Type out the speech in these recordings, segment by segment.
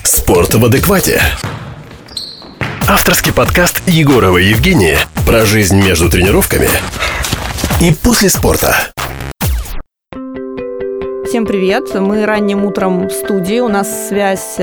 Спорт в адеквате. Авторский подкаст Егорова и Евгения про жизнь между тренировками и после спорта. Всем привет! Мы ранним утром в студии. У нас связь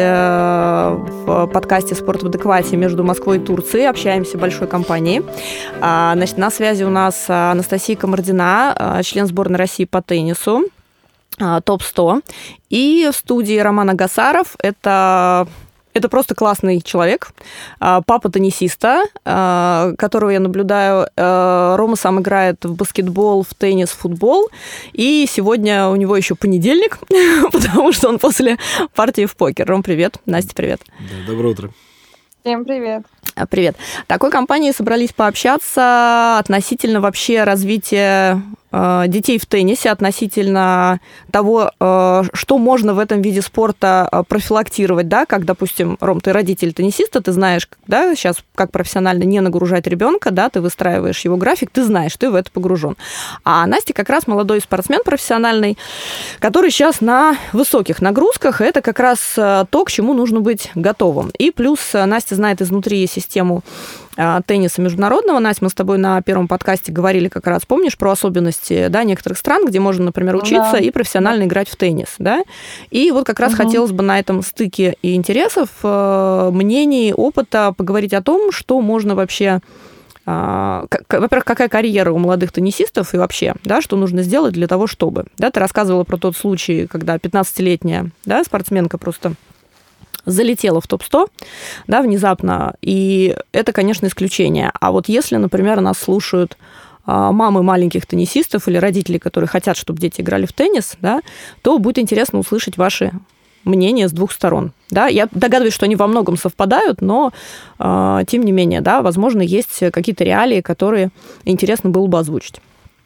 в подкасте «Спорт в адеквате» между Москвой и Турцией. Общаемся в большой компании. Значит, на связи у нас Анастасия Камардина, член сборной России по теннису, топ-100. И в студии Роман Агасаров. Это просто классный человек, папа теннисиста, которого я наблюдаю. Рома сам играет в баскетбол, в теннис, в футбол. И сегодня у него еще понедельник, потому что он после партии в покер. Ром, привет. Настя, привет. Да, доброе утро. Всем привет. Привет. В такой компании собрались пообщаться относительно вообще развития детей в теннисе, относительно того, что можно в этом виде спорта профилактировать, да, как, допустим, Ром, ты родитель теннисиста, ты знаешь, да, сейчас как профессионально не нагружать ребенка, да, ты выстраиваешь его график, ты знаешь, ты в это погружен. А Настя как раз молодой спортсмен профессиональный, который сейчас на высоких нагрузках, это как раз то, к чему нужно быть готовым. И плюс Настя знает изнутри систему тенниса международного. Настя, мы с тобой на первом подкасте говорили как раз, помнишь, про особенности, да, некоторых стран, где можно, например, учиться и профессионально играть в теннис, да? И вот как раз хотелось бы на этом стыке и интересов, мнений, опыта поговорить о том, что можно вообще... Во-первых, какая карьера у молодых теннисистов и вообще, да, что нужно сделать для того, чтобы... Да, ты рассказывала про тот случай, когда 15-летняя, да, спортсменка просто... залетела в топ-100, да, внезапно, и это, конечно, исключение. А вот если, например, нас слушают мамы маленьких теннисистов или родители, которые хотят, чтобы дети играли в теннис, да, то будет интересно услышать ваши мнения с двух сторон. Да? Я догадываюсь, что они во многом совпадают, но, тем не менее, да, возможно, есть какие-то реалии, которые интересно было бы озвучить.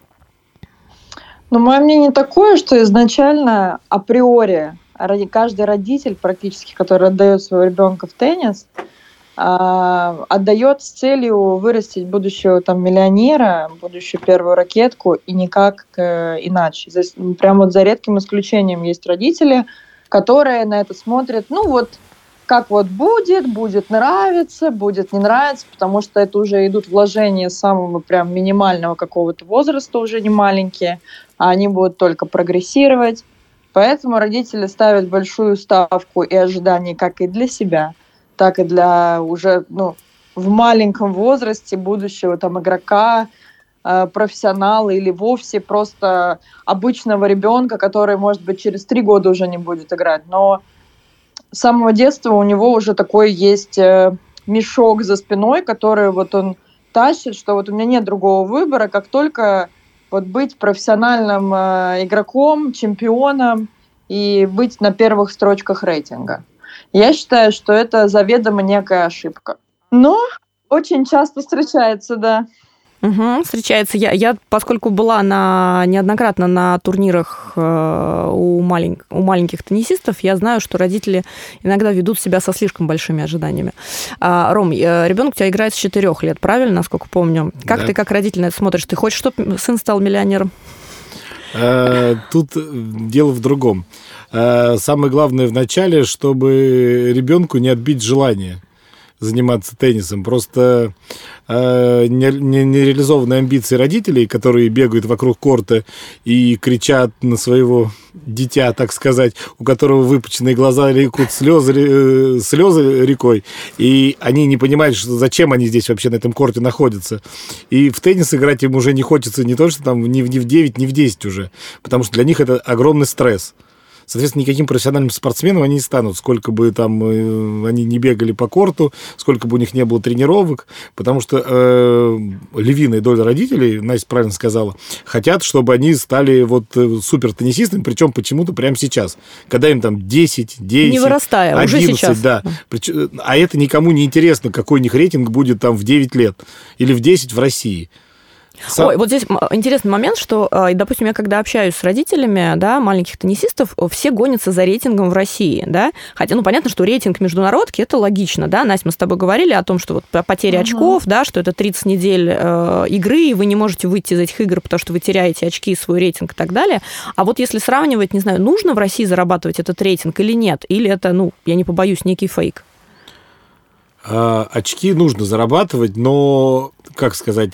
Ну, мое мнение такое, что изначально априори каждый родитель практически, который отдает своего ребенка в теннис, отдает с целью вырастить будущего там миллионера, будущую первую ракетку, и никак иначе. Здесь, прям вот за редким исключением есть родители, которые на это смотрят, ну вот как вот будет нравиться, будет не нравиться, потому что это уже идут вложения самого прям минимального какого-то возраста, уже не маленькие, а они будут только прогрессировать. Поэтому родители ставят большую ставку и ожидания как и для себя, так и для уже в маленьком возрасте будущего там игрока, профессионала или вовсе просто обычного ребенка, который, может быть, через 3 года уже не будет играть. Но с самого детства у него уже такой есть мешок за спиной, который вот он тащит, что вот у меня нет другого выбора, как только... вот быть профессиональным игроком, чемпионом и быть на первых строчках рейтинга. Я считаю, что это заведомо некая ошибка. Но очень часто встречается, да. Встречается. Я, поскольку была неоднократно на турнирах у маленьких теннисистов, я знаю, что родители иногда ведут себя со слишком большими ожиданиями. Ром, ребенок у тебя играет с 4 лет, правильно, насколько помню? Как ты как родитель на это смотришь? Ты хочешь, чтобы сын стал миллионером? Тут дело в другом. Самое главное в начале, чтобы ребенку не отбить желание заниматься теннисом. Просто нереализованные амбиции родителей, которые бегают вокруг корта и кричат на своего дитя, так сказать, у которого выпученные глаза рекут слезы рекой, и они не понимают, что, зачем они здесь вообще на этом корте находятся. И в теннис играть им уже не хочется не то, что там ни в 9, ни в 10 уже, потому что для них это огромный стресс. Соответственно, никаким профессиональным спортсменом они не станут, сколько бы там они не бегали по корту, сколько бы у них не было тренировок, потому что львиная доля родителей, Настя правильно сказала, хотят, чтобы они стали вот супертеннисистами, причем почему-то прямо сейчас, когда им там 10, не вырастая, 11, уже сейчас. Да. А это никому не интересно, какой у них рейтинг будет там в 9 лет или в 10 в России. Ой, вот здесь интересный момент, что, допустим, я когда общаюсь с родителями, да, маленьких теннисистов, все гонятся за рейтингом в России, да, хотя, понятно, что рейтинг международки, это логично, да, Настя, мы с тобой говорили о том, что вот потеря очков, да, что это 30 недель игры, и вы не можете выйти из этих игр, потому что вы теряете очки, свой рейтинг и так далее, а вот если сравнивать, не знаю, нужно в России зарабатывать этот рейтинг или нет, или это, я не побоюсь, некий фейк? Очки нужно зарабатывать, но, как сказать,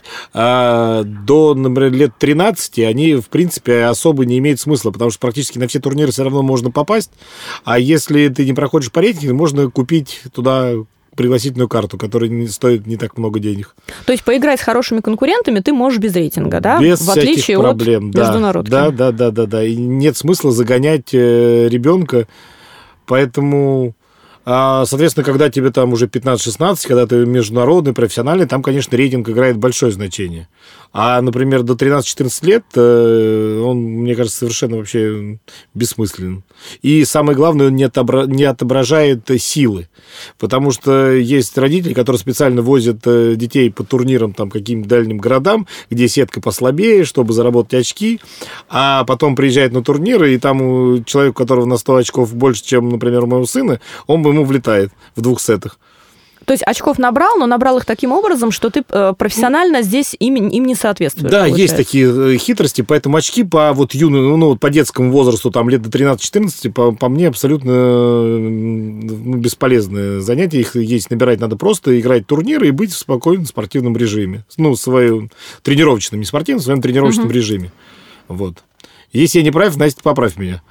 до, например, лет 13 они, в принципе, особо не имеют смысла, потому что практически на все турниры все равно можно попасть, а если ты не проходишь по рейтингу, можно купить туда пригласительную карту, которая стоит не так много денег. То есть поиграть с хорошими конкурентами ты можешь без рейтинга, да? Без в отличие проблем, от международки. Да. И нет смысла загонять ребенка, поэтому... Соответственно, когда тебе там уже 15-16, когда ты международный, профессиональный, там, конечно, рейтинг играет большое значение. А, например, до 13-14 лет он, мне кажется, совершенно вообще бессмысленен. И самое главное, он не отображает силы. Потому что есть родители, которые специально возят детей по турнирам там, каким-то дальним городам, где сетка послабее, чтобы заработать очки, а потом приезжает на турниры, и там человек, у которого на 100 очков больше, чем, например, у моего сына, он ему влетает в 2 сетах. То есть очков набрал, но набрал их таким образом, что ты профессионально здесь им не соответствуешь. Да, получается. Есть такие хитрости, поэтому очки по по детскому возрасту, там лет до 13-14, по мне абсолютно бесполезное занятие. Их есть набирать надо просто играть турниры и быть в спокойном спортивном режиме. В своем тренировочном, не спортивном, в своем тренировочном режиме. Вот. Если я не прав, Настя, поправь меня.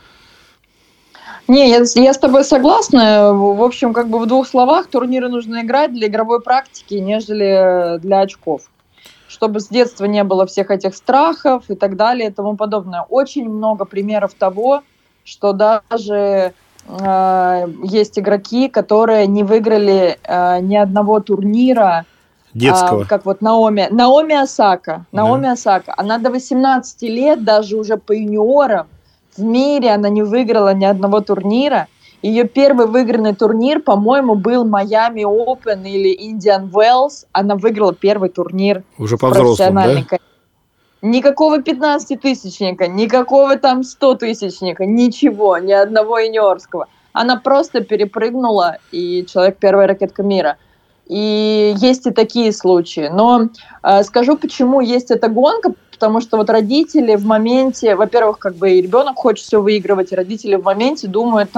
Не, я с тобой согласна. В общем, в 2 словах, турниры нужно играть для игровой практики, нежели для очков. Чтобы с детства не было всех этих страхов и так далее и тому подобное. Очень много примеров того, что даже есть игроки, которые не выиграли ни одного турнира. Детского. Как вот Наоми Осака. Наоми Осака. Она до 18 лет, даже уже по юниорам, в мире она не выиграла ни одного турнира. Ее первый выигранный турнир, по-моему, был Miami Open или Indian Wells. Она выиграла первый турнир. Уже по взрослым, да? Никакого 15-тысячника, никакого там 100-тысячника, ничего, ни одного юниорского. Она просто перепрыгнула, и человек первая ракетка мира. И есть и такие случаи. Но скажу, почему есть эта гонка. Потому что родители в моменте, во-первых, и ребенок хочет все выигрывать, и родители в моменте думают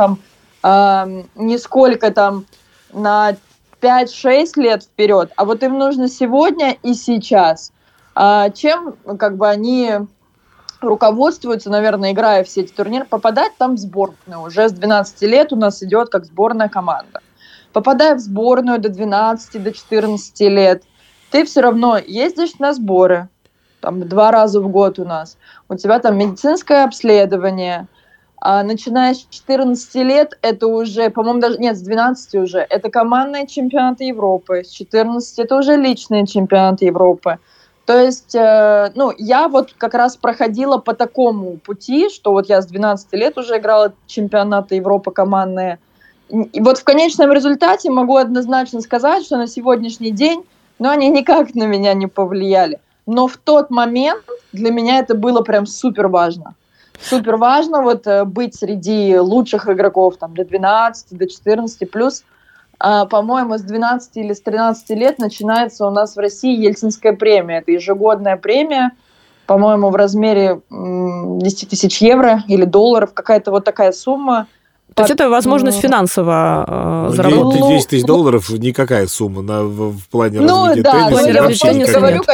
не сколько на 5-6 лет вперед, а вот им нужно сегодня и сейчас. Чем они руководствуются, наверное, играя все эти турниры, попадать там в сборную. Уже с 12 лет у нас идет как сборная команда. Попадая в сборную до 12, до 14 лет, ты все равно ездишь на сборы, 2 раза в год у нас. У тебя медицинское обследование. Начиная с 14 лет, это уже, по-моему, даже, нет, с 12 уже, это командные чемпионаты Европы. С 14 это уже личные чемпионаты Европы. То есть, я как раз проходила по такому пути, что я с 12 лет уже играла чемпионаты Европы командные. И в конечном результате могу однозначно сказать, что на сегодняшний день, они никак на меня не повлияли. Но в тот момент для меня это было прям супер важно. Супер важно быть среди лучших игроков до 12, до 14 плюс. По-моему, с 12 или с 13 лет начинается у нас в России Ельцинская премия. Это ежегодная премия, по-моему, в размере 10 тысяч евро или долларов, какая-то такая сумма. То есть это возможность финансово заработать? 10 тысяч долларов никакая сумма в плане развития тенниса. Я просто говорю,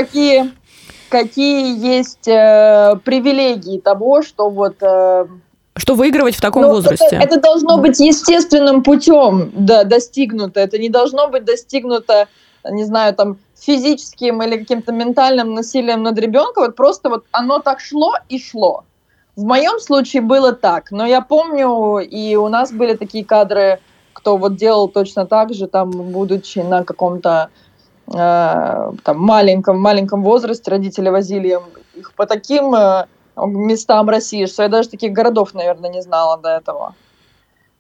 какие есть привилегии того, что что выигрывать в таком возрасте. Это должно быть естественным путем достигнуто. Это не должно быть достигнуто, не знаю, физическим или каким-то ментальным насилием над ребенком. Просто оно так шло и шло. В моем случае было так, но я помню, и у нас были такие кадры, кто делал точно так же, будучи на каком-то маленьком возрасте, родители возили их по таким местам России, что я даже таких городов, наверное, не знала до этого.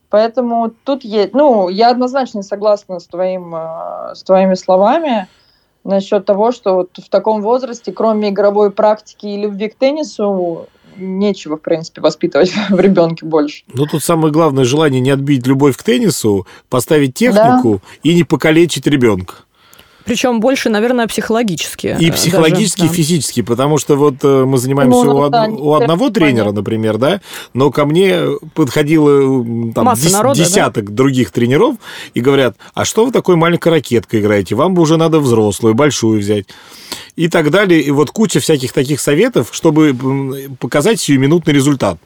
Поэтому тут есть... я однозначно согласна с твоими словами. насчет того, что вот в таком возрасте, кроме игровой практики и любви к теннису, нечего, в принципе, воспитывать в ребенке больше. Ну, тут самое главное желание не отбить любовь к теннису, поставить технику и не покалечить ребенка. Причем больше, наверное, психологически. И психологически, и физически, потому что вот мы занимаемся у одного тренера, например, да, но ко мне подходило там, десяток других тренеров и говорят, а что вы такой маленькой ракеткой играете? Вам бы уже надо взрослую, большую взять. И так далее. И вот куча всяких таких советов, чтобы показать сиюминутный результат.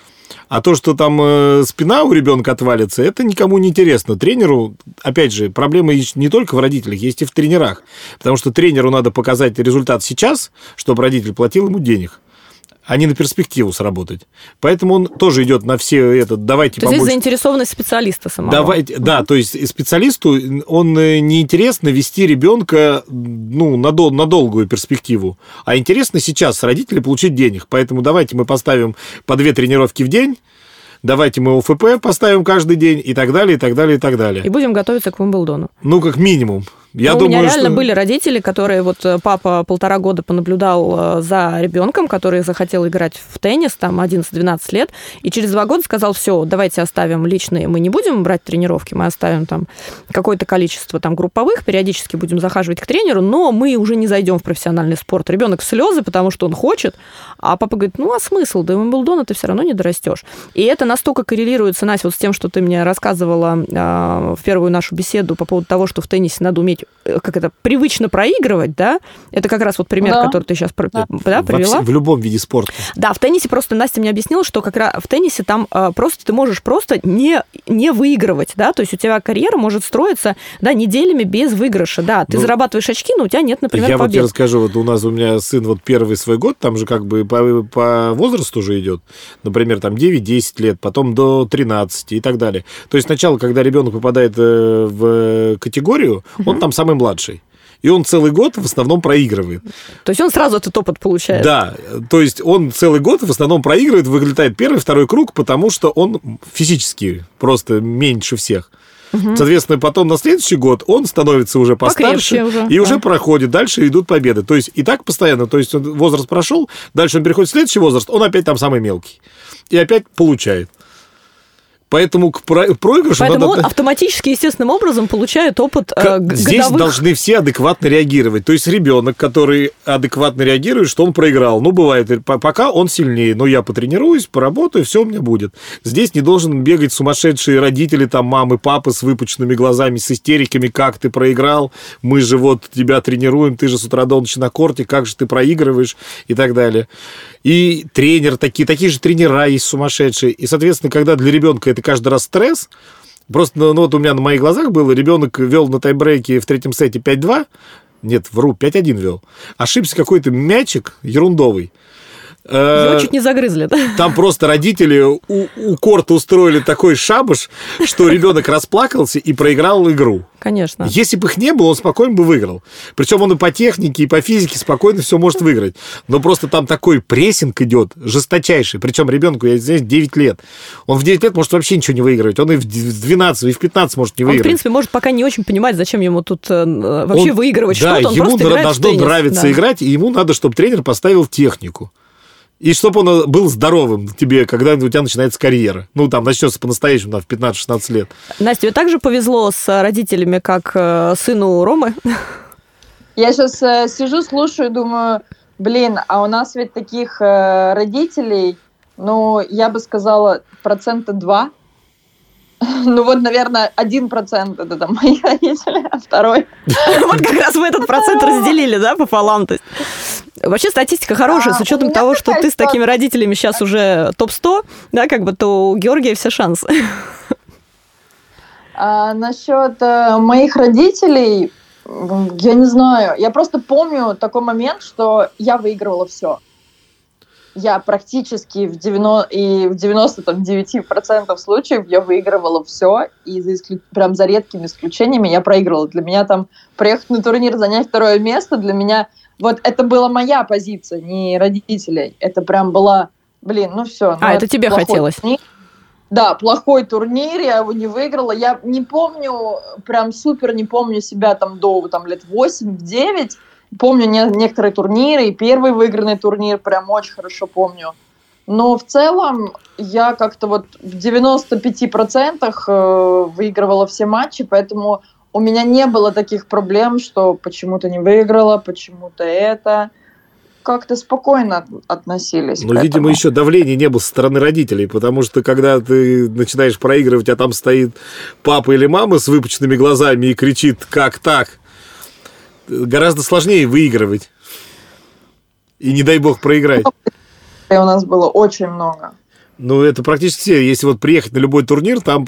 А то, что там спина у ребенка отвалится, это никому не интересно. Тренеру, опять же, проблема не только в родителях, есть и в тренерах. Потому что тренеру надо показать результат сейчас, чтобы родитель платил ему денег, а не на перспективу сработать. Поэтому он тоже идет на все это. Давайте побольше. То есть здесь заинтересованность специалиста самого. Давайте, да, то есть специалисту он неинтересно вести ребенка на долгую перспективу, а интересно сейчас родители получить денег. Поэтому давайте мы поставим по 2 тренировки в день, давайте мы ОФП поставим каждый день и так далее, и так далее, и так далее. И будем готовиться к Уимблдону. Ну, как минимум. У меня реально были родители, которые вот папа 1,5 года понаблюдал за ребенком, который захотел играть в теннис, там 11-12 лет, и через 2 года сказал, все, давайте оставим личные, мы не будем брать тренировки, мы оставим там какое-то количество там групповых, периодически будем захаживать к тренеру, но мы уже не зайдем в профессиональный спорт. Ребенок в слезы, потому что он хочет, а папа говорит, ну а смысл, до Уимблдона ты все равно не дорастешь. И это настолько коррелируется, Настя, вот с тем, что ты мне рассказывала в первую нашу беседу по поводу того, что в теннисе надо уметь как это, привычно проигрывать, да? Это как раз вот пример, который ты сейчас привела. В любом виде спорта. Да, в теннисе просто Настя мне объяснила, что как раз в теннисе там просто ты можешь просто не выигрывать, да? То есть у тебя карьера может строиться, да, неделями без выигрыша, да. Ты зарабатываешь очки, но у тебя нет, например, побед. Я вот тебе расскажу, вот у меня сын вот первый свой год, там же как бы по возрасту уже идет, например, там 9-10 лет, потом до 13 и так далее. То есть сначала, когда ребенок попадает в категорию, он там самый младший. И он целый год в основном проигрывает. То есть он сразу этот опыт получает. Да, то есть он целый год в основном проигрывает, вылетает первый, второй круг, потому что он физически просто меньше всех. Соответственно, потом на следующий год он становится уже постарше и уже проходит. Дальше идут победы. То есть и так постоянно. То есть возраст прошел, дальше он переходит в следующий возраст, он опять там самый мелкий. И опять получает. Поэтому к проигрышу Поэтому он автоматически, естественным образом получает опыт годовых. Здесь должны все адекватно реагировать. То есть ребенок, который адекватно реагирует, что он проиграл. Ну, бывает, пока он сильнее. Но я потренируюсь, поработаю, все у меня будет. Здесь не должен бегать сумасшедшие родители, там, мамы, папы с выпученными глазами, с истериками, как ты проиграл, мы же вот тебя тренируем, ты же с утра до ночи на корте, как же ты проигрываешь и так далее. И тренер, такие же тренера есть сумасшедшие. И, соответственно, когда для ребенка это каждый раз стресс, просто вот у меня на моих глазах было, ребенок вел на тайбрейке в 3-м сете 5-2, нет, вру, 5-1 вел, ошибся какой-то мячик ерундовый. Его чуть не загрызли, да? Там просто родители у корта устроили такой шабаш, что ребенок расплакался и проиграл игру. Конечно. Если бы их не было, он спокойно бы выиграл. Причем он и по технике, и по физике спокойно все может выиграть. Но просто там такой прессинг идет жесточайший. Причем ребенку, я здесь 9 лет. Он в 9 лет может вообще ничего не выигрывать. Он и в 12, и в 15 может не выиграть. Он, в принципе, может пока не очень понимать, зачем ему тут вообще выигрывать что-то. Он ему просто играет в теннис. Должно нравиться играть, и ему надо, чтобы тренер поставил технику. И чтобы он был здоровым тебе, когда у тебя начинается карьера. Ну, там, начнется по-настоящему, там, в 15-16 лет. Настя, тебе также повезло с родителями, как сыну Ромы? Я сейчас сижу, слушаю, думаю, блин, а у нас ведь таких родителей, ну, я бы сказала, 2%. Ну, вот, наверное, 1% это там мои родители, а второй... Вот как раз мы этот процент разделили, да, пополам. Вообще статистика хорошая, с учетом того, что ты с такими родителями сейчас уже топ-100, да, как бы, то у Георгия все шансы. Насчет моих родителей, я не знаю, я просто помню такой момент, что я выигрывала все. Я практически в 99% случаев я выигрывала все, и прям за редкими исключениями я проигрывала. Для меня там проехать на турнир, занять 2 место, для меня вот это была моя позиция, не родителей. Это прям была, блин, ну все. Это тебе хотелось? Да, плохой турнир, я его не выиграла. Я не помню, прям супер не помню себя там до лет 8-9. Помню некоторые турниры, и первый выигранный турнир прям очень хорошо помню. Но в целом я как-то вот в 95% выигрывала все матчи, поэтому у меня не было таких проблем, что почему-то не выиграла, почему-то это... Как-то спокойно относились. Но, видимо, еще давления не было со стороны родителей, потому что, когда ты начинаешь проигрывать, а там стоит папа или мама с выпученными глазами и кричит «как так?», гораздо сложнее выигрывать. И не дай бог проиграть. У нас было очень много. Ну, это практически все. Если вот приехать на любой турнир, там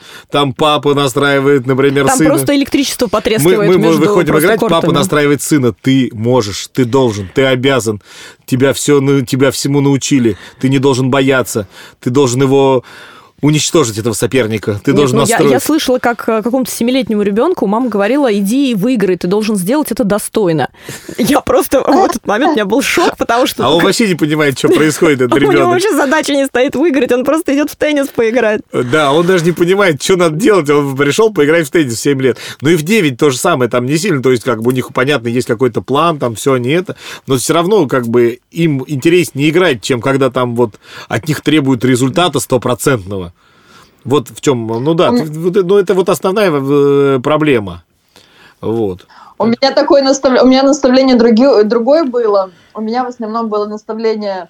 папа настраивает, например, там сына. Там просто электричество потрескивает мы между выходим играть, кортами. папа настраивает сына. Ты можешь, ты должен, ты обязан. Тебя всему научили. Ты не должен бояться. Ты должен его... уничтожить этого соперника. Ты должен настроить. Я слышала, как какому-то 7-летнему ребенку мама говорила: иди и выиграй, ты должен сделать это достойно. Я просто в этот момент у меня был шок, потому что... А он вообще не понимает, что происходит, этот ребенок. У него вообще задача не стоит выиграть, он просто идет в теннис поиграть. Да, он даже не понимает, что надо делать. Он пришел поиграть в теннис в 7 лет. Ну и в 9 то же самое, там не сильно, то есть как бы у них, понятно, есть какой-то план, там все не это, но все равно как бы им интереснее играть, чем когда там вот от них требуют результата 100%. Вот в чем, ну да, ну это вот основная проблема. Вот. У меня такое наставление другое было. У меня в основном было наставление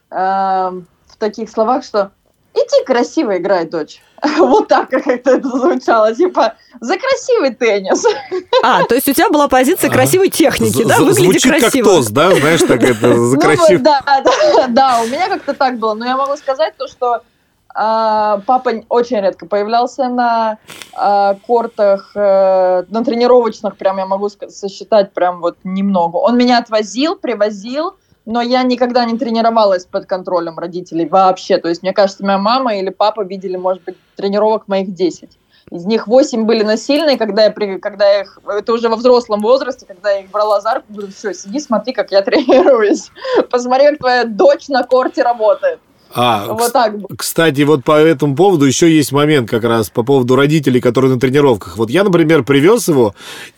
в таких словах, что иди красиво играй, дочь. Вот так как-то это звучало, типа за красивый теннис. То есть у тебя была позиция красивой техники, да? Выгляди красиво. Звучит как тост, да, знаешь, так это за красиво. Да, у меня как-то так было. Но я могу сказать то, что папа очень редко появлялся на кортах, на тренировочных, прям я могу сосчитать прям вот немного. Он меня отвозил, привозил, но я никогда не тренировалась под контролем родителей вообще. То есть, мне кажется, моя мама или папа видели, может быть, тренировок моих 10. Из них 8 были насильные, когда я их, это уже во взрослом возрасте, когда я их брала за руку, говорю: все, сиди, смотри, как я тренируюсь. Посмотри, как твоя дочь на корте работает. Вот так. Кстати, вот по этому поводу еще есть момент как раз по поводу родителей, которые на тренировках. Вот я, например, привез его,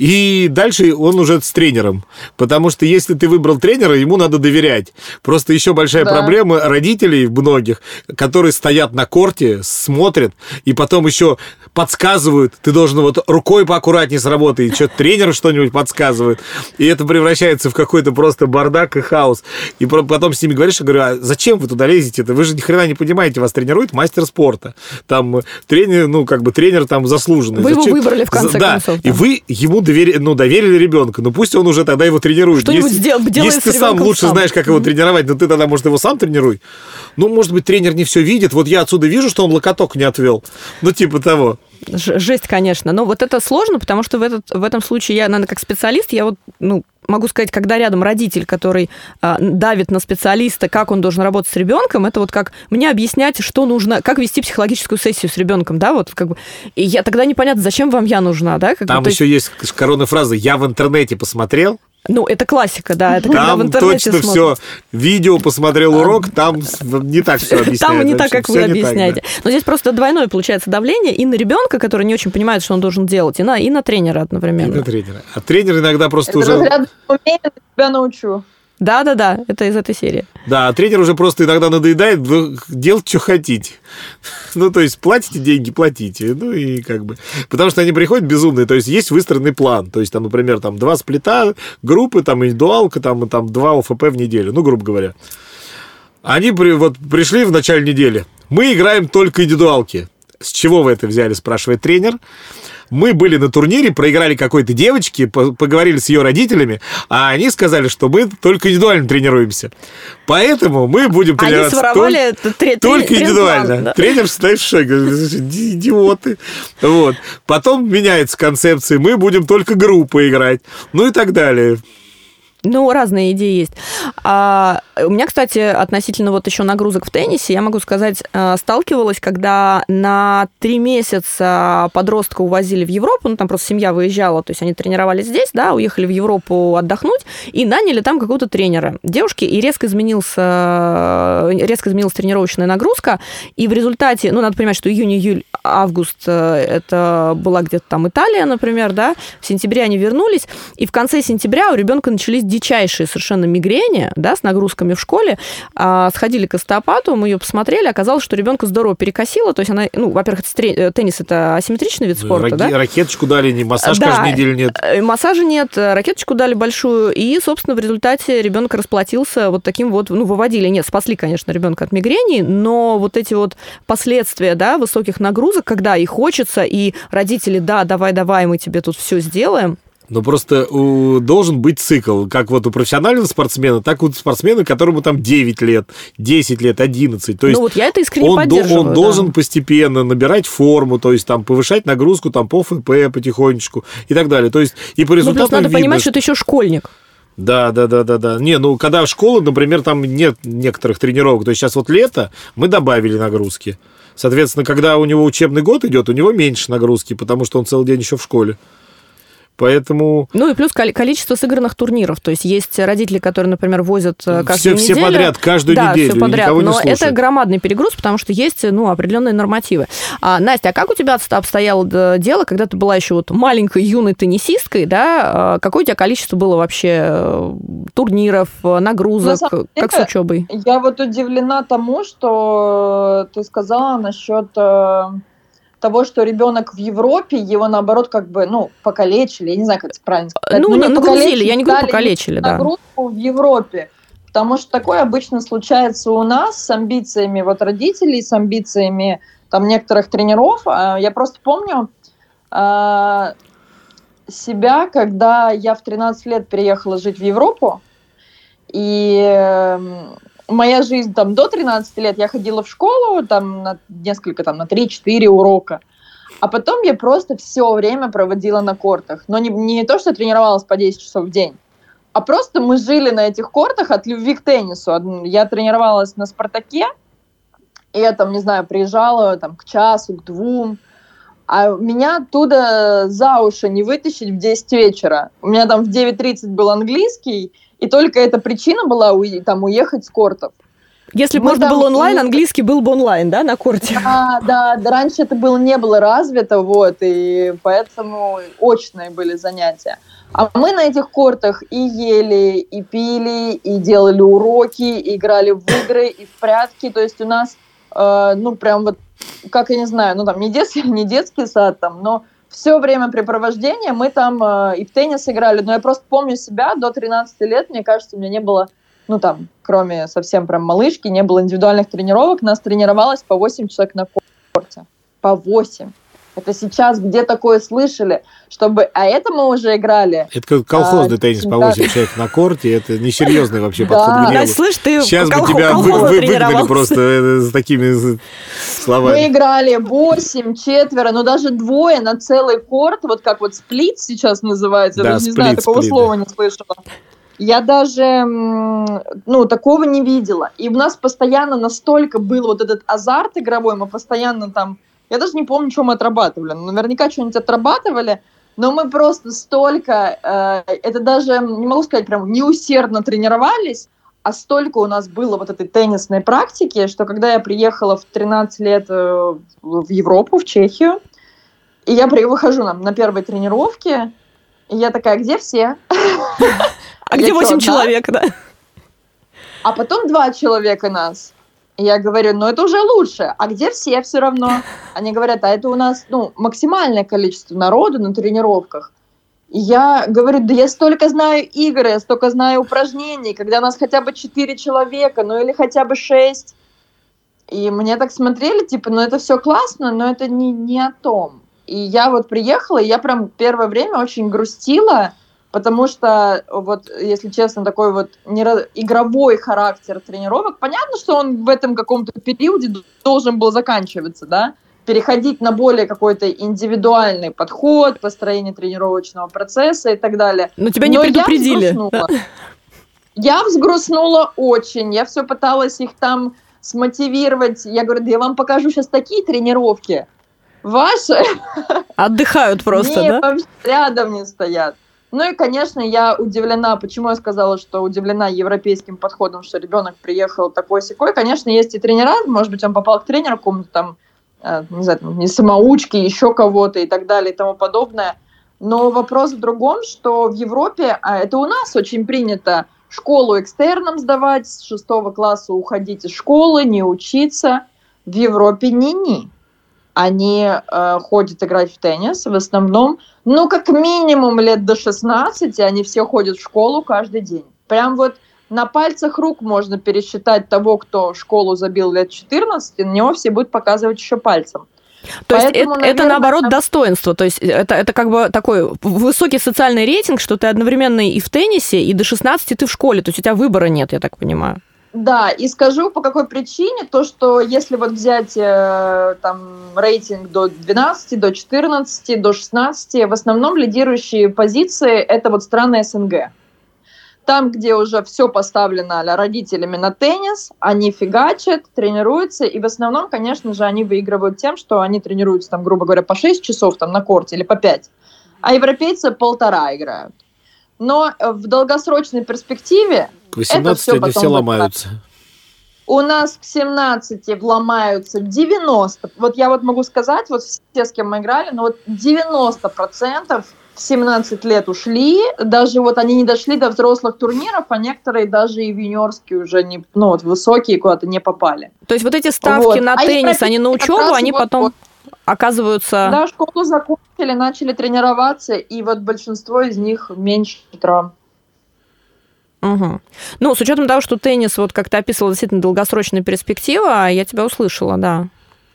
и дальше он уже с тренером. Потому что если ты выбрал тренера, ему надо доверять. Просто еще большая проблема родителей многих, которые стоят на корте, смотрят, и потом еще подсказывают. Ты должен вот рукой поаккуратнее сработать, и что-то тренеру что-нибудь подсказывает. И это превращается в какой-то просто бардак и хаос. И потом с ними говоришь, я говорю: а зачем вы туда лезете? Вы же ни хрена не понимаете, вас тренирует мастер спорта. Там тренер, ну, как бы тренер там заслуженный. Вы его выбрали, в конце концов. Да, и вы ему доверили ребенка. Ну, пусть он уже тогда его тренирует. Что-нибудь делает если ты сам лучше знаешь, как его тренировать, но ты тогда, может, его сам тренируй. Ну, может быть, тренер не все видит. Вот я отсюда вижу, что он локоток не отвел. Ну, типа того. Жесть, конечно. Но вот это сложно, потому что в этом случае я, наверное, как специалист, я вот, могу сказать, когда рядом родитель, который давит на специалиста, как он должен работать с ребенком, это вот как мне объяснять, что нужно, как вести психологическую сессию с ребенком, да, вот как бы. И я тогда непонятно, зачем вам я нужна, да? Там еще есть коронная фраза: я в интернете посмотрел. Ну, это классика, да. Это когда там в интернете точно смотрят. все. Видео посмотрел урок, там не так все объясняют. Там не так, как вы объясняете. Так, да. Но здесь просто двойное получается давление и на ребенка, который не очень понимает, что он должен делать, и на тренера одновременно. И на тренера. А тренер иногда просто это уже... разряд умею, тебя научу. Да, это из этой серии. Да, а тренер уже просто иногда надоедает, делать, что хотите. Ну, то есть, платите деньги, платите. Ну, и как бы... Потому что они приходят безумные. То есть, есть выстроенный план. То есть, там, например, 2 сплита, группы, там, индивидуалка, там 2 ОФП в неделю. Ну, грубо говоря. Они пришли в начале недели. Мы играем только индивидуалки. С чего вы это взяли, спрашивает тренер. Мы были на турнире, проиграли какой-то девочке, поговорили с ее родителями, а они сказали, что мы только индивидуально тренируемся. Поэтому мы будем тренироваться только индивидуально. Да. Тренер стоит в шоке, говорит: идиоты. Вот. Потом меняется концепция, мы будем только группы играть. Ну и так далее. Ну, разные идеи есть. У меня, кстати, относительно вот еще нагрузок в теннисе, я могу сказать, сталкивалась, когда на 3 месяца подростка увозили в Европу, ну, там просто семья выезжала, то есть они тренировались здесь, да, уехали в Европу отдохнуть и наняли там какого-то тренера девушки, и резко изменилась тренировочная нагрузка, и в результате, ну, надо понимать, что июнь, июль, август, это была где-то там Италия, например, да, в сентябре они вернулись, и в конце сентября у ребенка начались дичайшие совершенно мигрени, да, с нагрузками в школе. Сходили к остеопату, мы ее посмотрели, оказалось, что ребенка здорово перекосило, то есть она, ну, во-первых, теннис – это асимметричный вид спорта, да? Ракеточку дали, не массаж каждую неделю нет. Массажа нет, ракеточку дали большую, и, собственно, в результате ребенок расплатился вот таким вот, ну, выводили, нет, спасли, конечно, ребенка от мигрени, но вот эти вот последствия, да, высоких нагрузок, когда и хочется, и родители, да, давай, мы тебе тут все сделаем. Но просто должен быть цикл, как вот у профессионального спортсмена, так и у спортсмена, которому там 9 лет, 10 лет, 11. То есть ну вот я это искренне поддерживаю. Он должен постепенно набирать форму, то есть там повышать нагрузку там по ФП потихонечку и так далее. То есть и по результатам надо видно, понимать, что это еще школьник. Да. Не, ну, когда школа, например, там нет некоторых тренировок, то есть сейчас вот лето, мы добавили нагрузки. Соответственно, когда у него учебный год идет, у него меньше нагрузки, потому что он целый день еще в школе. Поэтому... Ну и плюс количество сыгранных турниров. То есть есть родители, которые, например, возят каждую неделю. Все подряд, каждую неделю. Все подряд. Никого не но слушают. Это громадный перегруз, потому что есть, ну, определенные нормативы. Настя, а как у тебя обстояло дело, когда ты была еще вот маленькой юной теннисисткой, да? Какое у тебя количество было вообще турниров, нагрузок? Как с учебой? Я вот удивлена тому, что ты сказала насчет... того, что ребенок в Европе, его, наоборот, как бы, ну, покалечили, я не знаю, как это правильно сказать. Ну, нагрузили, я не говорю покалечили, да. Нагрузку в Европе, потому что такое обычно случается у нас с амбициями вот родителей, с амбициями там некоторых тренеров. Я просто помню себя, когда я в 13 лет переехала жить в Европу, и... моя жизнь там до 13 лет, я ходила в школу там на несколько, там на 3-4 урока, а потом я просто все время проводила на кортах. Но не то, что тренировалась по 10 часов в день, а просто мы жили на этих кортах от любви к теннису. Я тренировалась на «Спартаке», и я там, не знаю, приезжала там к часу, к 2, а меня оттуда за уши не вытащить в 10 вечера. У меня там в 9:30 был английский, и только эта причина была там уехать с кортов. Если бы можно было онлайн, английский был бы онлайн, да, на корте? Да, раньше это не было развито, вот, и поэтому очные были занятия. А мы на этих кортах и ели, и пили, и делали уроки, и играли в игры, и в прятки. То есть у нас, ну, прям вот, как я не знаю, ну, там, не детский сад, там, но все времяпрепровождение мы там и в теннис играли. Но я просто помню себя до 13 лет, мне кажется, у меня не было, ну, там, кроме совсем прям малышки, не было индивидуальных тренировок. Нас тренировалось по 8 человек на корте. По 8. Это сейчас где такое слышали, чтобы... А это мы уже играли. Это как колхозный теннис по 8 человек на корте. Это несерьезный вообще подход к делу. Слышь, ты сейчас бы тебя выгнали просто с такими словами. Мы играли 8, 4, но даже 2 на целый корт, вот как вот сплит сейчас называется. Да, я даже не знаю, такого слова не слышала. Я даже, ну, такого не видела. И у нас постоянно настолько был вот этот азарт игровой, мы постоянно там... Я даже не помню, что мы отрабатывали. Наверняка что-нибудь отрабатывали, но мы просто столько, это даже, не могу сказать, прям неусердно тренировались, а столько у нас было вот этой теннисной практики, что когда я приехала в 13 лет в Европу, в Чехию, и я выхожу на первой тренировке, и я такая, где все? А где 8 человек, да? А потом 2 человека нас. Я говорю, ну это уже лучше. А где все равно? Они говорят, а это у нас, ну, максимальное количество народу на тренировках. И я говорю, да я столько знаю игр, я столько знаю упражнений, когда у нас хотя бы 4 человека, ну или хотя бы 6. И мне так смотрели, типа, ну это все классно, но это не о том. И я вот приехала, и я прям первое время очень грустила, потому что, вот, если честно, такой вот игровой характер тренировок, понятно, что он в этом каком-то периоде должен был заканчиваться, да, переходить на более какой-то индивидуальный подход, построение тренировочного процесса и так далее. Но тебя не предупредили. Я взгрустнула очень. Я все пыталась их там смотивировать. Я говорю, да я вам покажу сейчас такие тренировки. Ваши Отдыхают просто, да? вообще рядом не стоят. Ну и, конечно, я удивлена, почему я сказала, что удивлена европейским подходом, что ребенок приехал такой-сякой. Конечно, есть и тренера, может быть, он попал к тренеру, какому-то там, не знаю, не самоучки, еще кого-то и так далее и тому подобное. Но вопрос в другом, что в Европе, а это у нас очень принято, школу экстерном сдавать, с 6 класса уходить из школы, не учиться. В Европе ни-ни. Они ходят играть в теннис в основном, ну, как минимум лет до 16, они все ходят в школу каждый день. Прям вот на пальцах рук можно пересчитать того, кто школу забил лет 14, на него все будут показывать еще пальцем. То есть это наоборот достоинство, то есть это как бы такой высокий социальный рейтинг, что ты одновременно и в теннисе, и до 16 ты в школе, то есть у тебя выбора нет, я так понимаю. Да, и скажу по какой причине, то что если вот взять там рейтинг до 12, до 14, до 16, в основном лидирующие позиции это вот страны СНГ. Там, где уже все поставлено родителями на теннис, они фигачат, тренируются, и в основном, конечно же, они выигрывают тем, что они тренируются, там, грубо говоря, по 6 часов там, на корте или по 5, а европейцы 1,5 играют. Но в долгосрочной перспективе к 18 они все ломаются. У нас к 17 вломаются 90%. Вот я вот могу сказать, вот все, с кем мы играли, но вот 90% в 17 лет ушли, даже вот они не дошли до взрослых турниров, а некоторые даже и в юниорские уже не, ну вот высокие куда-то не попали. То есть вот эти ставки на теннис, они на учебу, они потом оказываются... Да, школу закончили, начали тренироваться, и вот большинство из них меньше травм. Угу. Ну, с учетом того, что теннис, вот как ты описывала, действительно долгосрочная перспектива, я тебя услышала, да.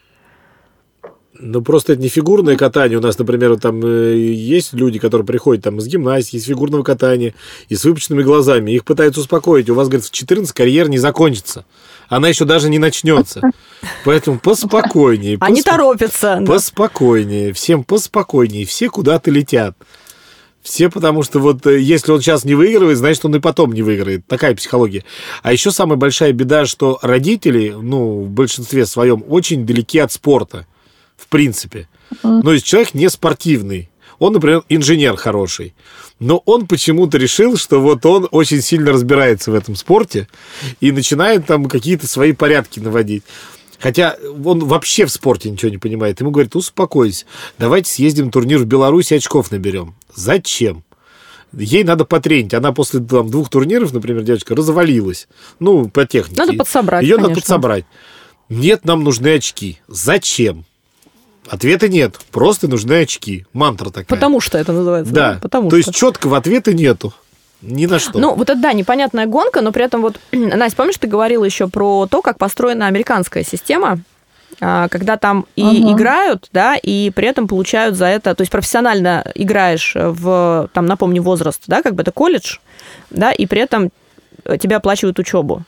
Ну, просто это не фигурное катание. У нас, например, там есть люди, которые приходят там из гимнастики, из фигурного катания, и с выпученными глазами. Их пытаются успокоить. У вас, говорит, в 14 карьера не закончится. Она еще даже не начнется. Поэтому поспокойнее. Они торопятся. Поспокойнее. Всем поспокойнее. Все куда-то летят. Все, потому что вот если он сейчас не выигрывает, значит, он и потом не выиграет. Такая психология. А еще самая большая беда, что родители, ну, в большинстве своем, очень далеки от спорта. В принципе. Но если человек не спортивный, он, например, инженер хороший, но он почему-то решил, что вот он очень сильно разбирается в этом спорте и начинает там какие-то свои порядки наводить. Хотя он вообще в спорте ничего не понимает. Ему говорят, успокойся, давайте съездим на турнир в Беларусь и очков наберем. Зачем? Ей надо потренить. Она после там, 2 турниров, например, девочка, развалилась. Ну, по технике. Надо подсобрать, ее надо подсобрать. Нет, нам нужны очки. Зачем? Ответа нет, просто нужны очки. Мантра такая. Потому что это называется. Да, то есть четкого ответа нету. Ни на что. Ну, вот это, да, непонятная гонка, но при этом вот, Настя, помнишь, ты говорила еще про то, как построена американская система, когда там и играют, да, и при этом получают за это, то есть профессионально играешь в, там, напомню, возраст, да, как бы это колледж, да, и при этом тебе оплачивают учебу.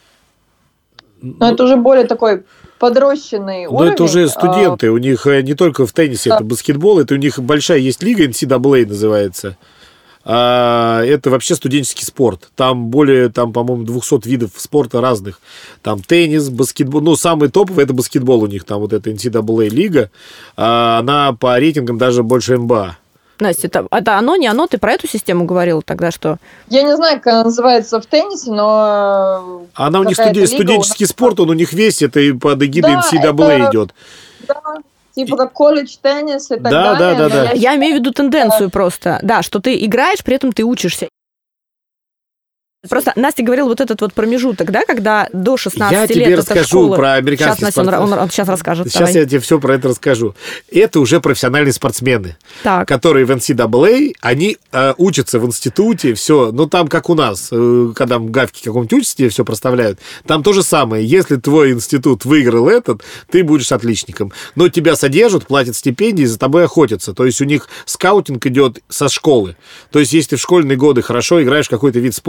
Но это уже более такой подрощенный уровень. Но это уже студенты, у них не только в теннисе, это баскетбол, это у них большая есть лига, NCAA называется. Это вообще студенческий спорт. Там более, там, по-моему, 200 видов спорта разных. Там теннис, баскетбол. Ну, самый топовый – это баскетбол у них. Там вот эта NCAA лига. Она по рейтингам даже больше НБА. Настя, это оно, не оно? Ты про эту систему говорила тогда, что... Я не знаю, как она называется в теннисе, но... Она у них студенческий спорт, он у них весь, это и под эгидой NCAA идет. Да. Типа как колледж, теннис и так далее. Да. Я имею в виду тенденцию просто. Да, что ты играешь, при этом ты учишься. Просто Настя говорила вот этот вот промежуток, да, когда до 16 лет это школа. Я тебе расскажу про американских спортсменов. Он сейчас расскажет. Сейчас я тебе все про это расскажу. Это уже профессиональные спортсмены, которые в NCAA, они учатся в институте, все, ну там как у нас, когда в Гавке каком-нибудь учатся, тебе все проставляют, там то же самое. Если твой институт выиграл этот, ты будешь отличником. Но тебя содержат, платят стипендии, за тобой охотятся. То есть у них скаутинг идет со школы. То есть если ты в школьные годы хорошо играешь в какой-то вид спорта,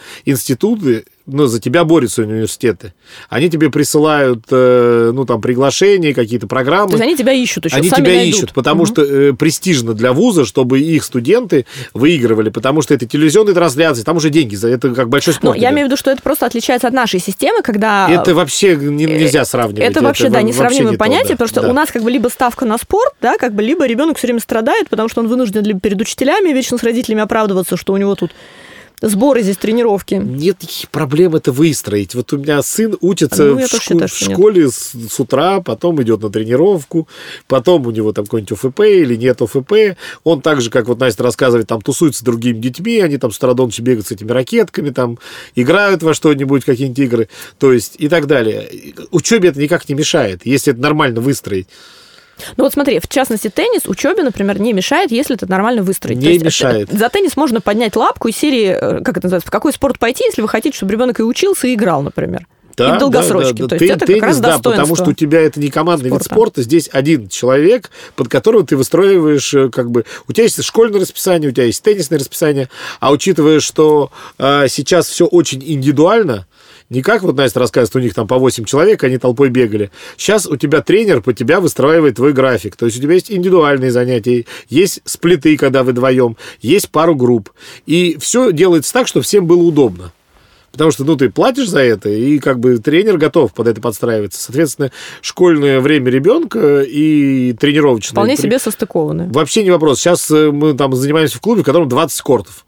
институты, за тебя борются университеты. Они тебе присылают, приглашения, какие-то программы. То есть они тебя ищут еще, они сами тебя найдут. ищут, потому что престижно для вуза, чтобы их студенты выигрывали, потому что это телевизионные трансляции, там уже деньги, это как большой спорт. Я имею в виду, что это просто отличается от нашей системы, когда... Это вообще нельзя сравнивать. Это вообще, несравнимое понятие, потому что да. у нас либо ставка на спорт, да, либо ребенок все время страдает, потому что он вынужден либо перед учителями вечно с родителями оправдываться, что у него тут сборы здесь, тренировки. Нет никаких проблем это выстроить. Вот у меня сын учится в школе с утра, потом идет на тренировку, потом у него там какой-нибудь ОФП или нет ОФП. Он так же, как вот Настя рассказывает, там тусуется с другими детьми, они там с утра до ночи бегают с этими ракетками, там играют во что-нибудь, какие-нибудь игры, то есть и так далее. Учебе это никак не мешает, если это нормально выстроить. Ну вот смотри, в частности, теннис учебе, например, не мешает, если это нормально выстроить. Не мешает. За теннис можно поднять лапку из серии, как это называется, в какой спорт пойти, если вы хотите, чтобы ребенок и учился, и играл, например. Да, и в долгосрочке. Да. То есть это теннис, как раз достоинство. Потому что у тебя это не командный вид спорта, здесь один человек, под которого ты выстраиваешь, у тебя есть школьное расписание, у тебя есть теннисное расписание, а учитывая, что сейчас все очень индивидуально, не как вот Настя рассказывает, у них там по 8 человек, они толпой бегали. Сейчас у тебя тренер по тебя выстраивает твой график. То есть у тебя есть индивидуальные занятия, есть сплиты, когда вы вдвоем, есть пару групп. И все делается так, чтобы всем было удобно. Потому что, ты платишь за это, и тренер готов под это подстраиваться. Соответственно, школьное время ребенка и тренировочное... Вполне себе состыкованы. Вообще не вопрос. Сейчас мы там занимаемся в клубе, в котором 20 кортов.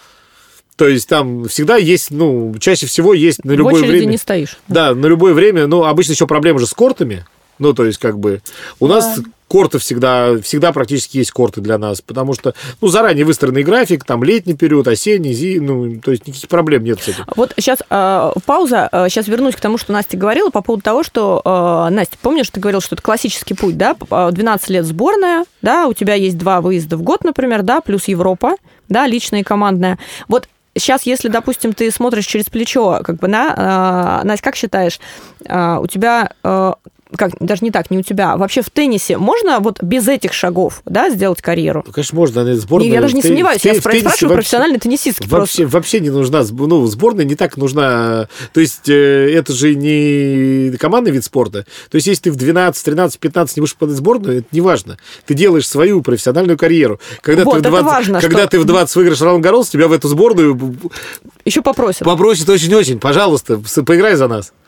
То есть там всегда есть, чаще всего есть на любое время... В очереди не стоишь. Да, на любое время. Обычно еще проблема же с кортами. То есть у нас корты всегда практически есть корты для нас, потому что, заранее выстроенный график, там летний период, осенний, то есть никаких проблем нет с этим. Вот сейчас пауза, сейчас вернусь к тому, что Настя говорила по поводу того, что, Настя, помнишь, ты говорила, что это классический путь, да, 12 лет сборная, да, у тебя есть 2 выезда в год, например, да, плюс Европа, да, личная и командная. Вот сейчас, если, допустим, ты смотришь через плечо, Настя, как считаешь, у тебя... даже не так, не у тебя. Вообще в теннисе можно вот без этих шагов, да, сделать карьеру? Конечно, можно. Сборная, я даже не сомневаюсь. Я спрашиваю профессиональной теннисистки. Вообще не нужна. Сборная не так нужна. То есть это же не командный вид спорта. То есть если ты в 12, 13, 15 не будешь попадать в сборную, это не важно. Ты делаешь свою профессиональную карьеру. Когда ты в 20 выиграешь Ролан Гаррос, тебя в эту сборную... Еще попросят. Попросят очень-очень. Пожалуйста, поиграй за нас.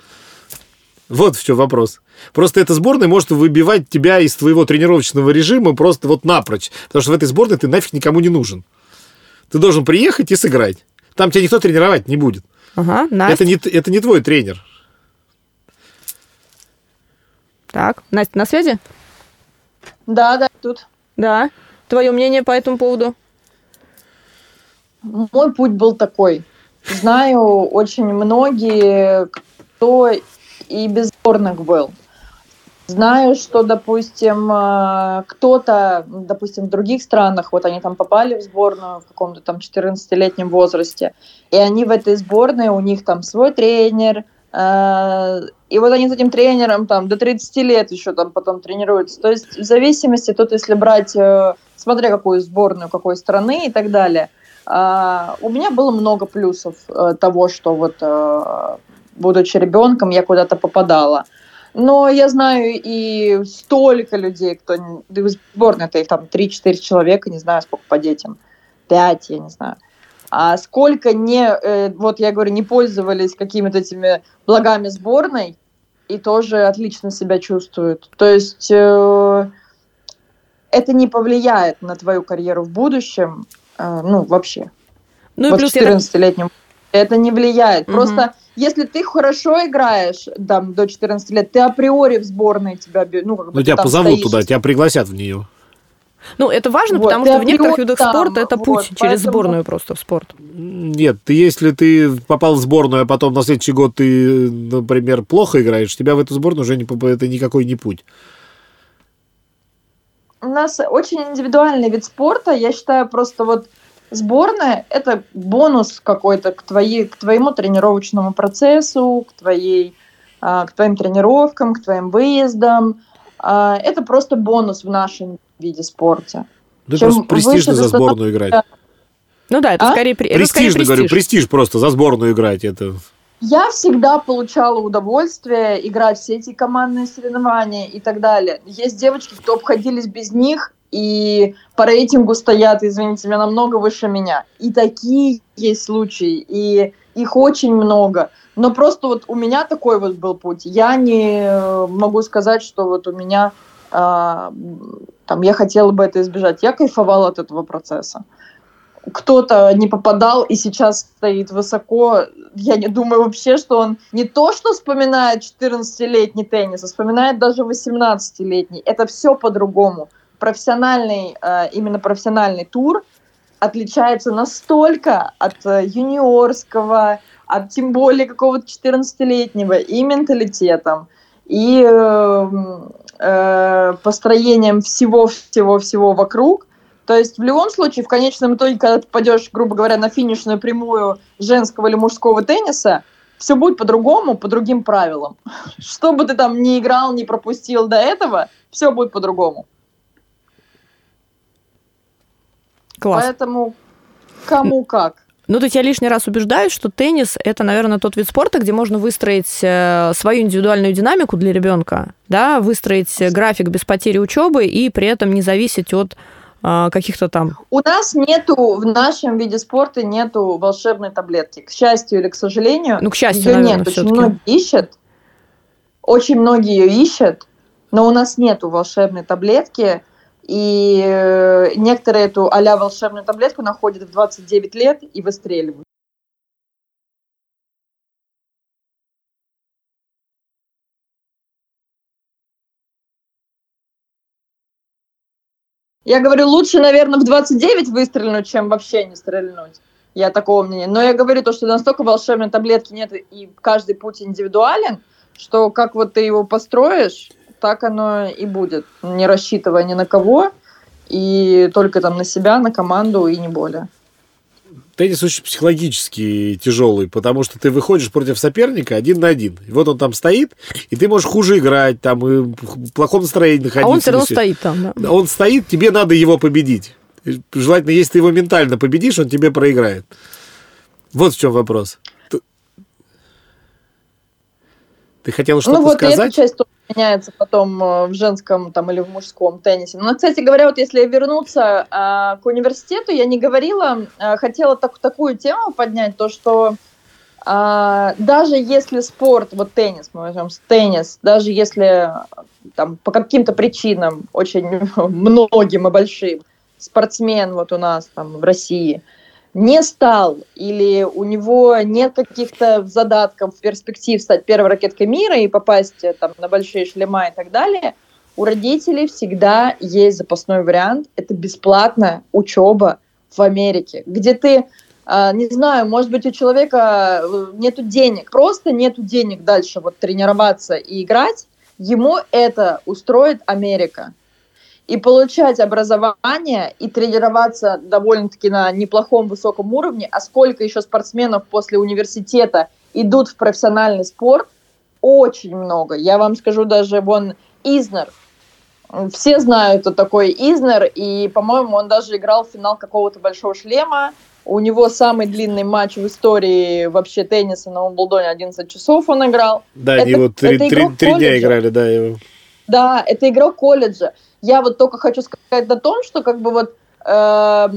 Вот в чем вопрос. Просто эта сборная может выбивать тебя из твоего тренировочного режима просто напрочь. Потому что в этой сборной ты нафиг никому не нужен. Ты должен приехать и сыграть. Там тебя никто тренировать не будет. Ага, Настя. Это не твой тренер. Так, Настя, на связи? Да, тут. Да. Твое мнение по этому поводу? Мой путь был такой. Знаю очень многие, кто и без сборных был. Знаю, что, допустим, кто-то, допустим, в других странах, вот они там попали в сборную в каком-то там 14-летнем возрасте, и они в этой сборной, у них там свой тренер, и вот они с этим тренером там до 30 лет еще там потом тренируются. То есть в зависимости, тут если брать, смотря какую сборную, какой страны и так далее, у меня было много плюсов того, что вот будучи ребенком, я куда-то попадала. Но я знаю и столько людей, кто... В сборной-то их там 3-4 человека, не знаю, сколько по детям. 5, я не знаю. А сколько вот я говорю, не пользовались какими-то этими благами сборной и тоже отлично себя чувствуют. То есть это не повлияет на твою карьеру в будущем, вообще. Ну и вот плюс 14-летним это не влияет. Просто если ты хорошо играешь там, до 14 лет, ты априори в сборной тебя... тебя позовут стоишь. Туда, тебя пригласят в нее. Это важно, потому что в некоторых видах спорта это путь через сборную просто в спорт. Нет, если ты попал в сборную, а потом на следующий год ты, например, плохо играешь, тебя в эту сборную уже это никакой не путь. У нас очень индивидуальный вид спорта. Я считаю, просто сборная – это бонус какой-то к твоему тренировочному процессу, к твоим тренировкам, к твоим выездам. Это просто бонус в нашем виде спорта. Да просто престижно за сборную играть. Ну да, это скорее Престижно, говорю, престиж просто за сборную играть. Это... Я всегда получала удовольствие играть все эти командные соревнования и так далее. Есть девочки, кто обходились без них, и по рейтингу стоят, извините меня, намного выше меня. И такие есть случаи, и их очень много. Но просто вот у меня такой вот был путь. Я не могу сказать, что вот у меня, там, я хотела бы это избежать. Я кайфовала от этого процесса. Кто-то не попадал и сейчас стоит высоко. Я не думаю вообще, что он не то, что вспоминает 14-летний теннис, а вспоминает даже 18-летний. Это все по-другому. Именно профессиональный тур отличается настолько от юниорского, от тем более какого-то 14-летнего и менталитетом, и построением всего вокруг. То есть в любом случае, в конечном итоге, когда ты попадешь, грубо говоря, на финишную прямую женского или мужского тенниса, все будет по-другому, по другим правилам. Что бы ты там ни играл, ни пропустил до этого, все будет по-другому. Класс. Поэтому кому как. Ну, то есть я лишний раз убеждаюсь, что теннис – это, наверное, тот вид спорта, где можно выстроить свою индивидуальную динамику для ребенка, да, выстроить график без потери учебы и при этом не зависеть от каких-то там... У нас в нашем виде спорта нету волшебной таблетки. К счастью или к сожалению, ну, к счастью, ее наверное, нет. Очень многие ее ищут, но у нас нету волшебной таблетки, и некоторые эту а-ля волшебную таблетку находят в 29 лет и выстреливают. Я говорю, лучше, наверное, в 29 выстрелить, чем вообще не стрельнуть. Я такого мнения. Но я говорю то, что настолько волшебной таблетки нет, и каждый путь индивидуален, что как вот ты его построишь, так оно и будет. Не рассчитывая ни на кого, и только там на себя, на команду, и не более. Теннис очень психологически тяжелый, потому что ты выходишь против соперника 1 на 1. И вот он там стоит, и ты можешь хуже играть, там, и в плохом настроении находиться. А он все равно стоит там, да? Он стоит, тебе надо его победить. Желательно, если ты его ментально победишь, он тебе проиграет. Вот в чем вопрос. Ты хотела что-то сказать? Ну вот эта часть тоже меняется потом в женском там, или в мужском теннисе. Но, кстати говоря, вот если вернуться к университету, я не говорила, хотела такую тему поднять, то что даже если спорт, вот теннис, мы возьмем теннис, даже если там, по каким-то причинам, очень многим и большим, спортсмен вот у нас там в России не стал, или у него нет каких-то задатков, перспектив стать первой ракеткой мира и попасть там, на большие шлема и так далее, у родителей всегда есть запасной вариант. Это бесплатная учеба в Америке, где ты, не знаю, может быть, у человека нету денег, просто нету денег дальше вот тренироваться и играть, ему это устроит Америка. И получать образование, и тренироваться довольно-таки на неплохом высоком уровне, а сколько еще спортсменов после университета идут в профессиональный спорт, очень много. Я вам скажу, даже вон Изнер. Все знают, кто такой Изнер, и, по-моему, он даже играл в финал какого-то большого шлема. У него самый длинный матч в истории вообще тенниса на Уимблдоне, 11 часов он играл. Да, они вот 3 дня играли, да. Его. Да, это игрок колледжа. Я вот только хочу сказать о том, что как бы вот в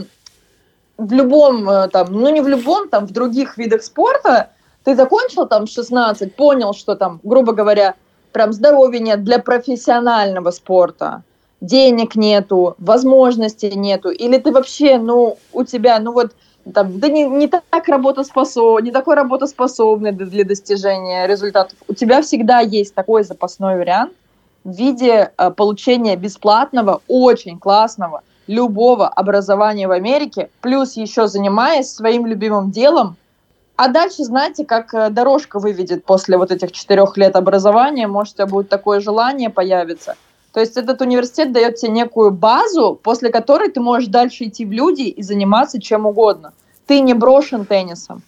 любом, там, ну не в любом, там, в других видах спорта ты закончил там 16, понял, что там, грубо говоря, прям здоровья нет для профессионального спорта, денег нету, возможностей нету, или ты вообще, ну, у тебя, ну вот, там, да не такой работоспособный для достижения результатов. У тебя всегда есть такой запасной вариант в виде получения бесплатного, очень классного, любого образования в Америке, плюс еще занимаясь своим любимым делом. А дальше, знаете, как дорожка выведет после вот этих 4 лет образования, может, у тебя будет такое желание появиться. То есть этот университет дает тебе некую базу, после которой ты можешь дальше идти в люди и заниматься чем угодно. Ты не брошен теннисом.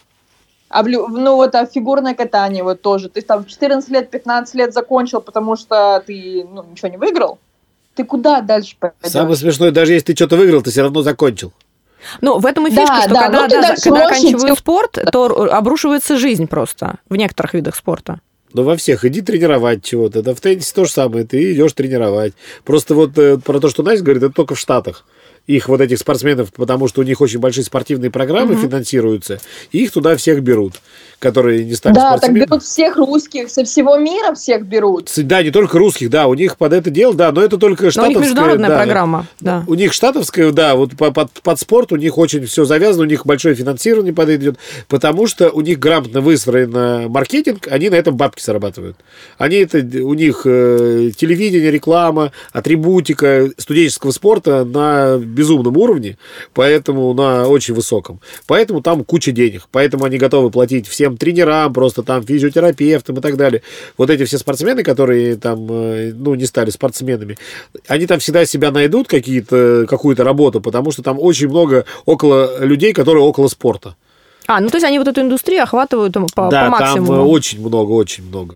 А фигурное катание вот тоже. Ты там в 14 лет, 15 лет закончил, потому что ты ничего не выиграл. Ты куда дальше пойдешь? Самое смешное, даже если ты что-то выиграл, ты все равно закончил. Ну, в этом и Да, фишка, что да, когда, ну, ты дальше когда можешь оканчивают идти. спорт, то обрушивается жизнь просто в некоторых видах спорта. Ну, во всех. Иди тренировать чего-то. Да в теннисе то же самое. Ты идешь тренировать. Просто вот про то, что Настя говорит, это только в Штатах. Их вот этих спортсменов, потому что у них очень большие спортивные программы финансируются, и их туда всех берут, которые не стали Да, так спортсменами. берут всех русских, со всего мира всех берут. Да, не только русских, да, у них под это дело, да, но это только Но у штатовская. них международная да, программа, да. У них штатовская, да, вот под спорт у них очень все завязано, у них большое финансирование под это идет, потому что у них грамотно выстроен маркетинг, они на этом бабки зарабатывают. Они это, у них телевидение, реклама, атрибутика студенческого спорта на безумном уровне, поэтому на очень высоком. Поэтому там куча денег, поэтому они готовы платить всем тренерам, просто там физиотерапевтам и так далее. Вот эти все спортсмены, которые там, ну, не стали спортсменами, они там всегда себя найдут какую-то работу, потому что там очень много около людей, которые около спорта. Ну то есть они вот эту индустрию охватывают по Да, максимуму. там очень много, очень много.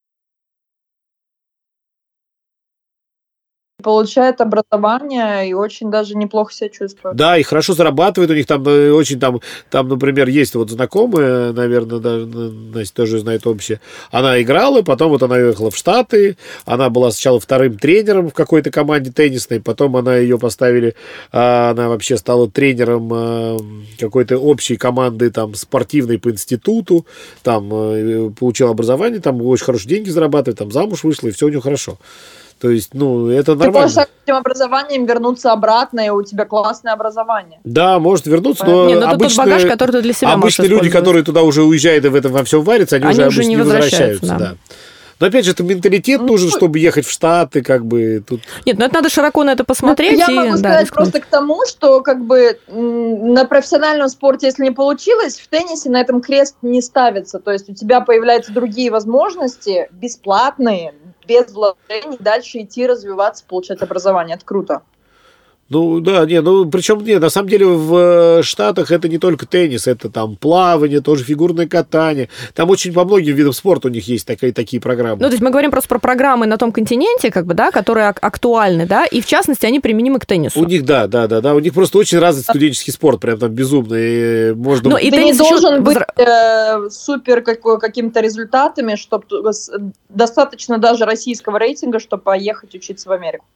Получает образование и очень даже неплохо себя чувствует. Да, и хорошо зарабатывает, у них там очень там, например, есть вот знакомая, наверное, даже Настя тоже знает общее. Она играла, потом вот она уехала в Штаты, она была сначала вторым тренером в какой-то команде теннисной, потом ее поставили, она вообще стала тренером какой-то общей команды там спортивной по институту, там получила образование, там очень хорошие деньги зарабатывает, там замуж вышла, и все у нее хорошо. То есть, ну, это Ты нормально. можешь с этим образованием вернуться обратно, и у тебя классное образование. Да, может вернуться, но Нет, это тот багаж, который ты для себя можешь обычные люди, использовать. которые туда уже уезжают и в этом во всем варятся, они уже обычно не возвращаются. да. Да. Но опять же, это менталитет нужен, чтобы ехать в Штаты, как бы тут. Нет, это надо широко на это посмотреть. Я могу сказать рискнуть. просто к тому, что как бы на профессиональном спорте, если не получилось, в теннисе на этом крест не ставится. То есть у тебя появляются другие возможности, бесплатные, без вложений, дальше идти, развиваться, получать образование. Это круто. Ну, да, причем, на самом деле в Штатах это не только теннис, это там плавание, тоже фигурное катание. Там очень по многим видам спорта у них есть такие программы. Ну, то есть мы говорим просто про программы на том континенте, как бы, да, которые актуальны, да, и в частности они применимы к теннису. У них, да, у них просто очень развит студенческий спорт, прям там безумно. И можно... Ну, и ты не теннис еще должен быть супер какими-то результатами, чтобы достаточно даже российского рейтинга, чтобы поехать учиться в Америку.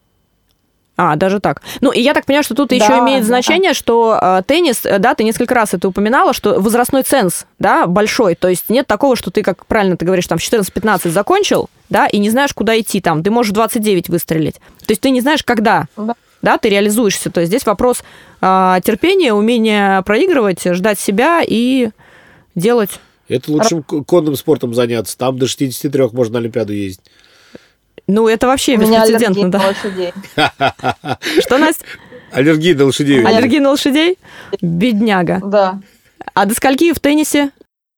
Даже так. Ну, и я так понимаю, что тут еще имеет значение, что теннис, да, ты несколько раз это упоминала, что возрастной ценз, да, большой. То есть нет такого, что ты, как правильно ты говоришь, там в 14-15 закончил, да, и не знаешь, куда идти там. Ты можешь в 29 выстрелить. То есть ты не знаешь, когда, да, ты реализуешься. То есть здесь вопрос терпения, умения проигрывать, ждать себя и делать. Это лучшим конным спортом заняться. Там до 63 можно на Олимпиаду ездить. Ну, это вообще беспрецедентно, да. Лошадей. Что, Настя? Аллергия на лошадей. Аллергия на лошадей? Бедняга. Да. А до скольки в теннисе?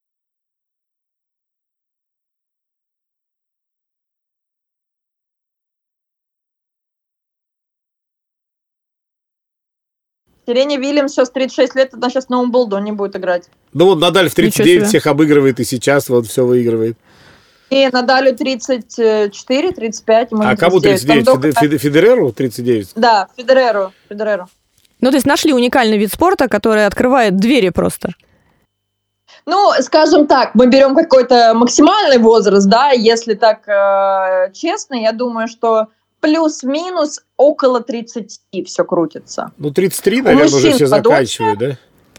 Серене Вильямс сейчас 36 лет, она сейчас на Умблдоне будет играть. Ну, вот Надаль в 39 всех обыгрывает, и сейчас вот все выигрывает. И Надалю 34, 35. А кому 39? Федереру 39? Да, Федереру. Ну, то есть нашли уникальный вид спорта, который открывает двери просто. Ну, скажем так, мы берем какой-то максимальный возраст, да, если так честно, я думаю, что плюс-минус около 30 все крутится. Ну, 33, наверное, уже все заканчивают, да?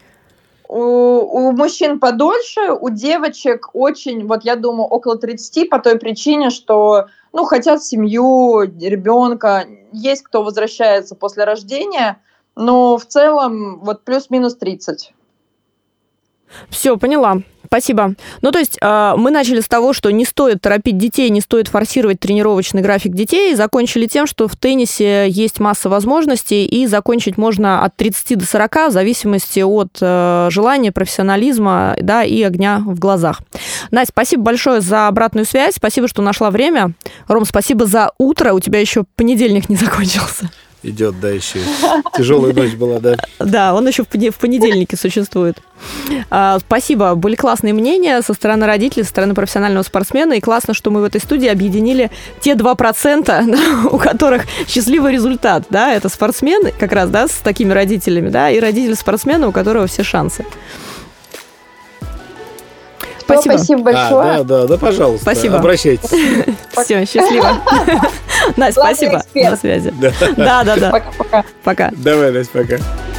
У мужчин подольше, у девочек очень, вот я думаю, около 30 по той причине, что, ну, хотят семью, ребенка, есть кто возвращается после рождения, но в целом вот плюс-минус 30. Все, поняла. Спасибо. Ну, то есть мы начали с того, что не стоит торопить детей, не стоит форсировать тренировочный график детей, закончили тем, что в теннисе есть масса возможностей, и закончить можно от 30 до 40, в зависимости от желания, профессионализма, да, и огня в глазах. Настя, спасибо большое за обратную связь, спасибо, что нашла время. Ром, спасибо за утро, у тебя еще понедельник не закончился. идет, да, еще. Тяжелая ночь была, да. Да, он еще в понедельнике существует. Спасибо. Были классные мнения со стороны родителей, со стороны профессионального спортсмена. И классно, что мы в этой студии объединили те 2%, у которых счастливый результат. Да? Это спортсмены как раз, да, с такими родителями, да, и родители спортсмена, у которого все шансы. Спасибо большое. Да, пожалуйста. Спасибо. Обращайтесь. Все, счастливо. Настя, спасибо. На связи. Да. Пока-пока. Пока. Давай, Настя, пока.